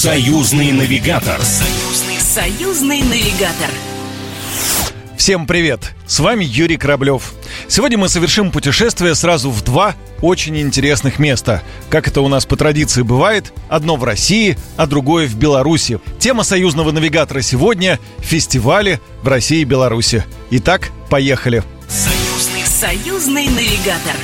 Союзный навигатор. Союзный навигатор. Всем привет! С вами Юрий Кораблев. Сегодня мы совершим путешествие сразу в два очень интересных места. Как это у нас по традиции бывает, одно в России, а другое в Беларуси. Тема союзного навигатора сегодня – фестивали в России и Беларуси. Итак, поехали! Союзный навигатор.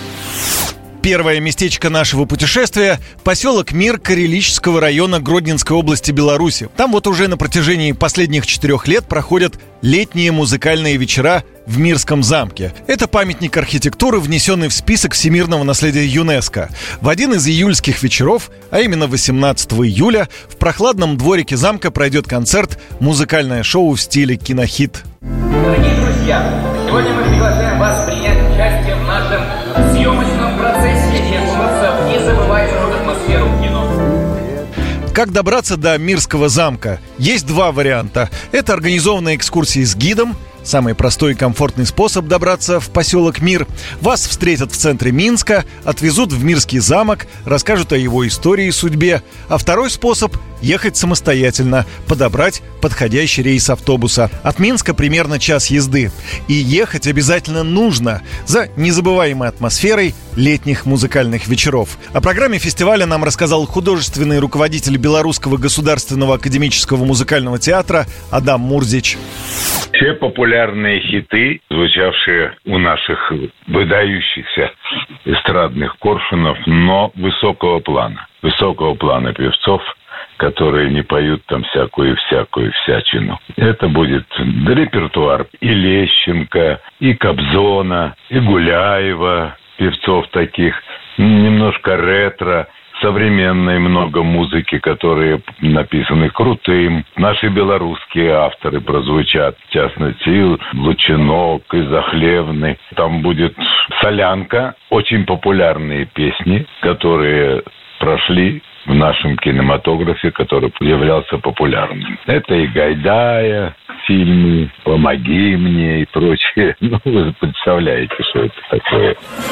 Первое местечко нашего путешествия – поселок Мир Карелического района Гродненской области Беларуси. Там вот уже на протяжении последних 4 лет проходят летние музыкальные вечера в Мирском замке. Это памятник архитектуры, внесенный в список всемирного наследия ЮНЕСКо. В один из июльских вечеров, а именно 18 июля, в прохладном дворике замка пройдет концерт «Музыкальное шоу в стиле кинохит». Дорогие друзья, сегодня мы приглашаем вас принять участие в нашем съемочном процессе и окунуться в незабываемую атмосферу кино. Как добраться до Мирского замка? Есть два варианта. Это организованные экскурсии с гидом. Самый простой и комфортный способ добраться в поселок Мир. Вас встретят в центре Минска, отвезут в Мирский замок, расскажут о его истории и судьбе. А второй способ – ехать самостоятельно, подобрать подходящий рейс автобуса. От Минска примерно час езды. И ехать обязательно нужно за незабываемой атмосферой летних музыкальных вечеров. О программе фестиваля нам рассказал художественный руководитель Белорусского государственного академического музыкального театра Адам Мурзич. Все популярные хиты, звучавшие у наших выдающихся эстрадных коршунов, но высокого плана певцов, которые не поют там всякую всячину. Это будет репертуар и Лещенко, и Кобзона, и Гуляева, певцов таких, немножко ретро, современной много музыки, которые написаны крутым. Наши белорусские авторы прозвучат, в частности, Лучинок и Захлевный. Там будет солянка, очень популярные песни, которые прошли в нашем кинематографе, который являлся популярным. Это и Гайдая, фильмы «Помоги мне» и прочее. Ну, вы представляете, что это такое.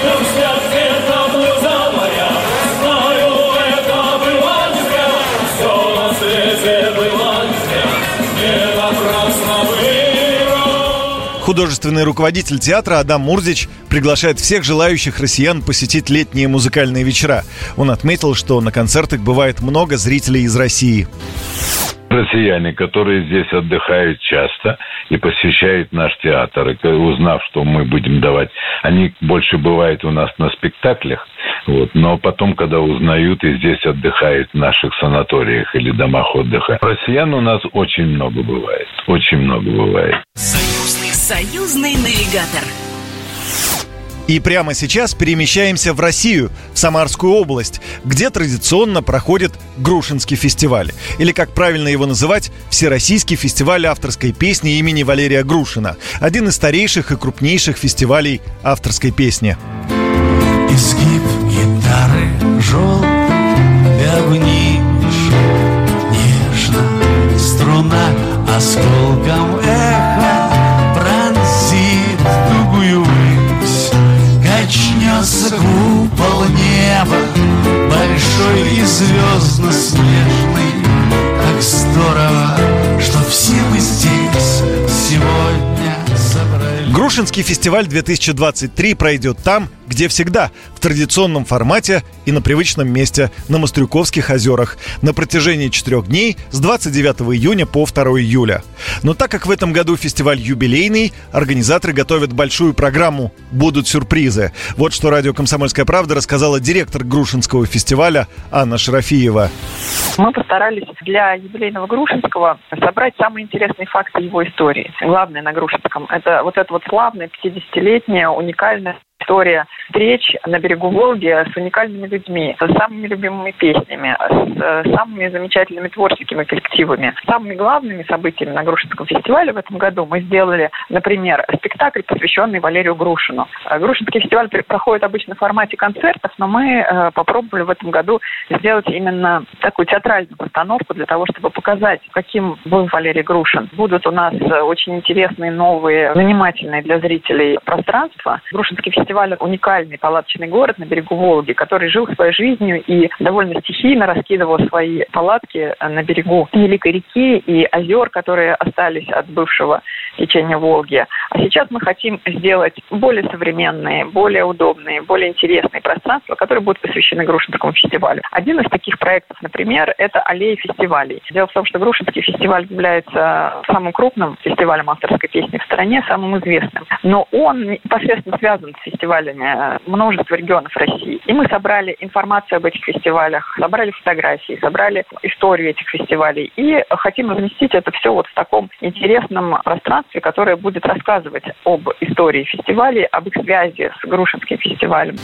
Художественный руководитель театра Адам Мурзич приглашает всех желающих россиян посетить летние музыкальные вечера. Он отметил, что на концертах бывает много зрителей из России. Россияне, которые здесь отдыхают часто и посещают наш театр, и узнав, что мы будем давать, они больше бывают у нас на спектаклях, но потом, когда узнают и здесь отдыхают в наших санаториях или домах отдыха, россиян у нас очень много бывает. Союзный навигатор. И прямо сейчас перемещаемся в Россию, в Самарскую область, где традиционно проходит Грушинский фестиваль. Или, как правильно его называть, Всероссийский фестиваль авторской песни имени Валерия Грушина. Один из старейших и крупнейших фестивалей авторской песни. Изгиб гитары желтая вниз, нежно струна осколком эха пронзит тугую высь. Качнется купол неба, большой и звездно-снежный. Так здорово, что все мы здесь сегодня собрались. Грушинский фестиваль 2023 пройдет там, где всегда, в традиционном формате и на привычном месте, на Мастрюковских озерах, на протяжении 4 дней с 29 июня по 2 июля. Но так как в этом году фестиваль юбилейный, организаторы готовят большую программу, будут сюрпризы. Вот что радио «Комсомольская правда» рассказала директор Грушинского фестиваля Анна Шарафиева. Мы постарались для юбилейного Грушинского собрать самые интересные факты его истории. Главное на Грушинском – это вот славная 50-летняя уникальная история встреч на берегу Волги с уникальными людьми, с самыми любимыми песнями, с самыми замечательными творческими коллективами. Самыми главными событиями на Грушинском фестивале в этом году мы сделали, например, спектакль, посвященный Валерию Грушину. Грушинский фестиваль проходит обычно в формате концертов, но мы попробовали в этом году сделать именно такую театральную постановку для того, чтобы показать, каким был Валерий Грушин. Будут у нас очень интересные, новые, занимательные для зрителей пространства. Грушинский фестиваль фестиваль уникальный палаточный город на берегу Волги, который жил своей жизнью и довольно стихийно раскидывал свои палатки на берегу Великой реки и озер, которые остались от бывшего течения Волги. А сейчас мы хотим сделать более современные, более удобные, более интересные пространства, которые будут посвящены Грушинскому фестивалю. Один из таких проектов, например, это аллея фестивалей. Дело в том, что Грушинский фестиваль является самым крупным фестивалем авторской песни в стране, самым известным. Но он непосредственно связан с фестивалями множества регионов России. И мы собрали информацию об этих фестивалях, собрали фотографии, собрали историю этих фестивалей и хотим разместить это все вот в таком интересном пространстве, которое будет рассказывать об истории фестивалей, об их связи с Грушинским фестивалем.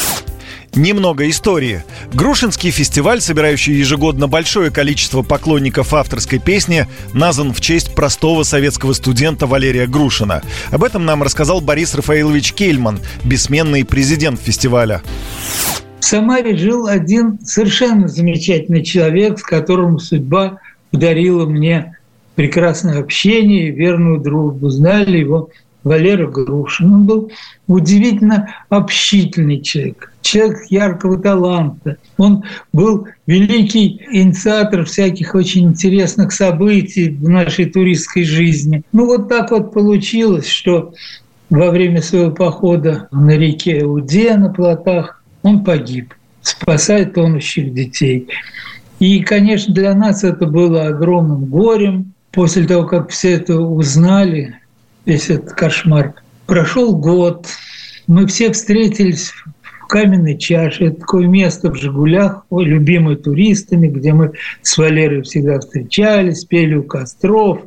Немного истории. Грушинский фестиваль, собирающий ежегодно большое количество поклонников авторской песни, назван в честь простого советского студента Валерия Грушина. Об этом нам рассказал Борис Рафаилович Кельман, бессменный президент фестиваля. В Самаре жил один совершенно замечательный человек, с которым судьба подарила мне прекрасное общение и верную дружбу. Знали его Валера Грушин. Он был удивительно общительный человек, человек яркого таланта. Он был великий инициатор всяких очень интересных событий в нашей туристской жизни. Вот так вот получилось, что во время своего похода на реке Уде на плотах он погиб, спасая тонущих детей. И, конечно, для нас это было огромным горем. После того, как все это узнали, весь этот кошмар. Прошел год, мы все встретились в Каменной чаше. Это такое место в Жигулях, любимое туристами, где мы с Валерой всегда встречались, пели у костров.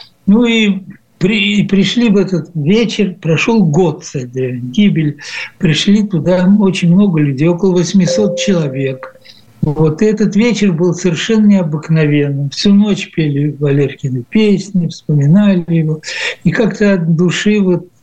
И пришли в этот вечер, прошел год с этой гибели, пришли туда очень много людей, около 800 человек. И этот вечер был совершенно необыкновенным. Всю ночь пели Валеркины песни, вспоминали его. И как-то от души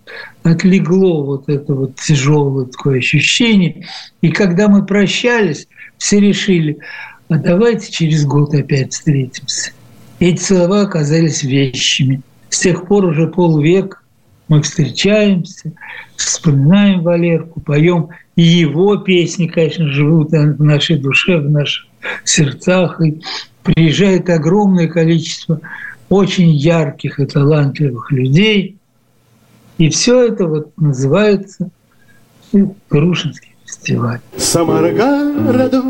отлегло это тяжелое такое ощущение. И когда мы прощались, все решили, а давайте через год опять встретимся. Эти слова оказались вещими. С тех пор уже полвека мы встречаемся, вспоминаем Валерку, поем. И его песни, конечно, живут в нашей душе, в наших сердцах. И приезжает огромное количество очень ярких и талантливых людей. И все это называется Грушинский фестиваль. Самара городок,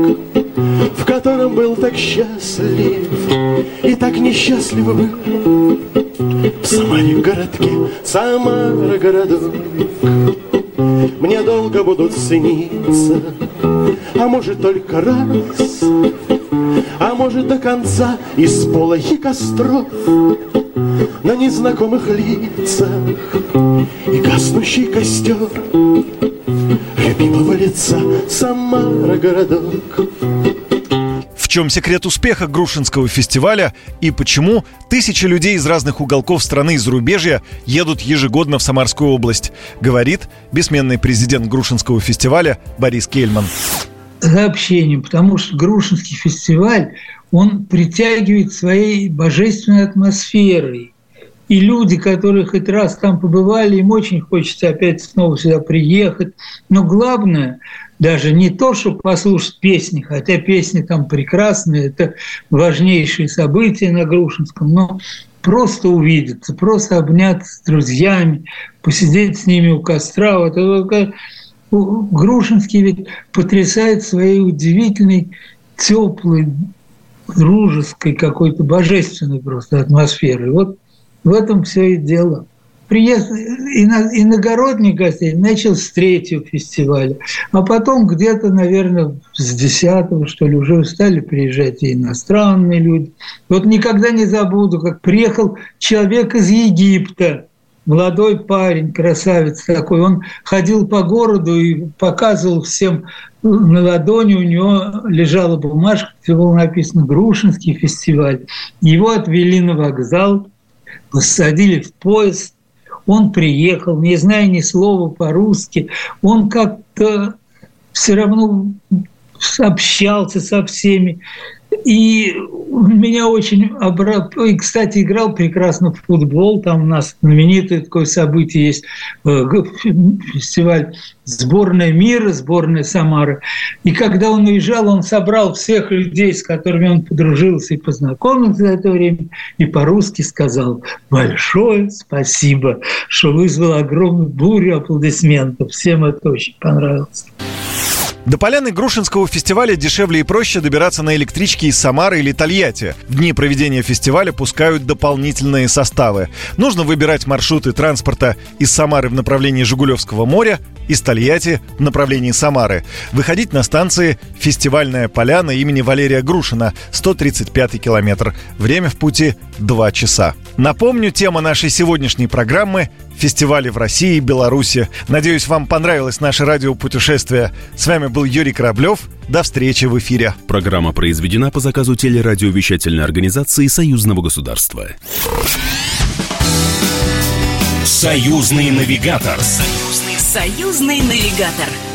в котором был так счастлив и так несчастлив был. В Самаре городке, Самара городок, мне долго будут сниться, а может только раз, а может до конца из полохи костров на незнакомых лицах и гаснущий костер любимого лица Самара городок. В чем секрет успеха Грушинского фестиваля и почему тысячи людей из разных уголков страны и зарубежья едут ежегодно в Самарскую область, говорит бессменный президент Грушинского фестиваля Борис Кельман. За общением, потому что Грушинский фестиваль, он притягивает своей божественной атмосферой. И люди, которые хоть раз там побывали, им очень хочется опять снова сюда приехать. Но главное даже не то, чтобы послушать песни, хотя песни там прекрасные, это важнейшие события на Грушинском, но просто увидеться, просто обняться с друзьями, посидеть с ними у костра. Грушинский ведь потрясает своей удивительной, теплой, дружеской, какой-то божественной просто атмосферой. В этом все и дело. Приезд иногородних гостей начал с 3-го фестиваля, а потом где-то, наверное, с 10-го, что ли, уже стали приезжать и иностранные люди. Никогда не забуду, как приехал человек из Египта, молодой парень, красавец такой. Он ходил по городу и показывал всем на ладони. У него лежала бумажка, где было написано «Грушинский фестиваль». Его отвели на вокзал, посадили в поезд. Он приехал, не зная ни слова по-русски. Он как-то все равно общался со всеми. И меня очень и, кстати, играл прекрасно в футбол. Там у нас знаменитое такое событие есть, фестиваль «Сборная мира», сборная Самары. И когда он уезжал, он собрал всех людей, с которыми он подружился и познакомился за это время, и по-русски сказал: большое спасибо, что вызвал огромную бурю аплодисментов. Всем это очень понравилось. До поляны Грушинского фестиваля дешевле и проще добираться на электричке из Самары или Тольятти. В дни проведения фестиваля пускают дополнительные составы. Нужно выбирать маршруты транспорта из Самары в направлении Жигулевского моря, из Тольятти в направлении Самары. Выходить на станции «Фестивальная поляна» имени Валерия Грушина, 135-й километр. Время в пути 2 часа. Напомню, тема нашей сегодняшней программы – фестивали в России и Беларуси. Надеюсь, вам понравилось наше радиопутешествие. С вами был Юрий Кораблев. До встречи в эфире. Программа произведена по заказу телерадиовещательной организации Союзного государства. Союзный навигатор. Союзный навигатор.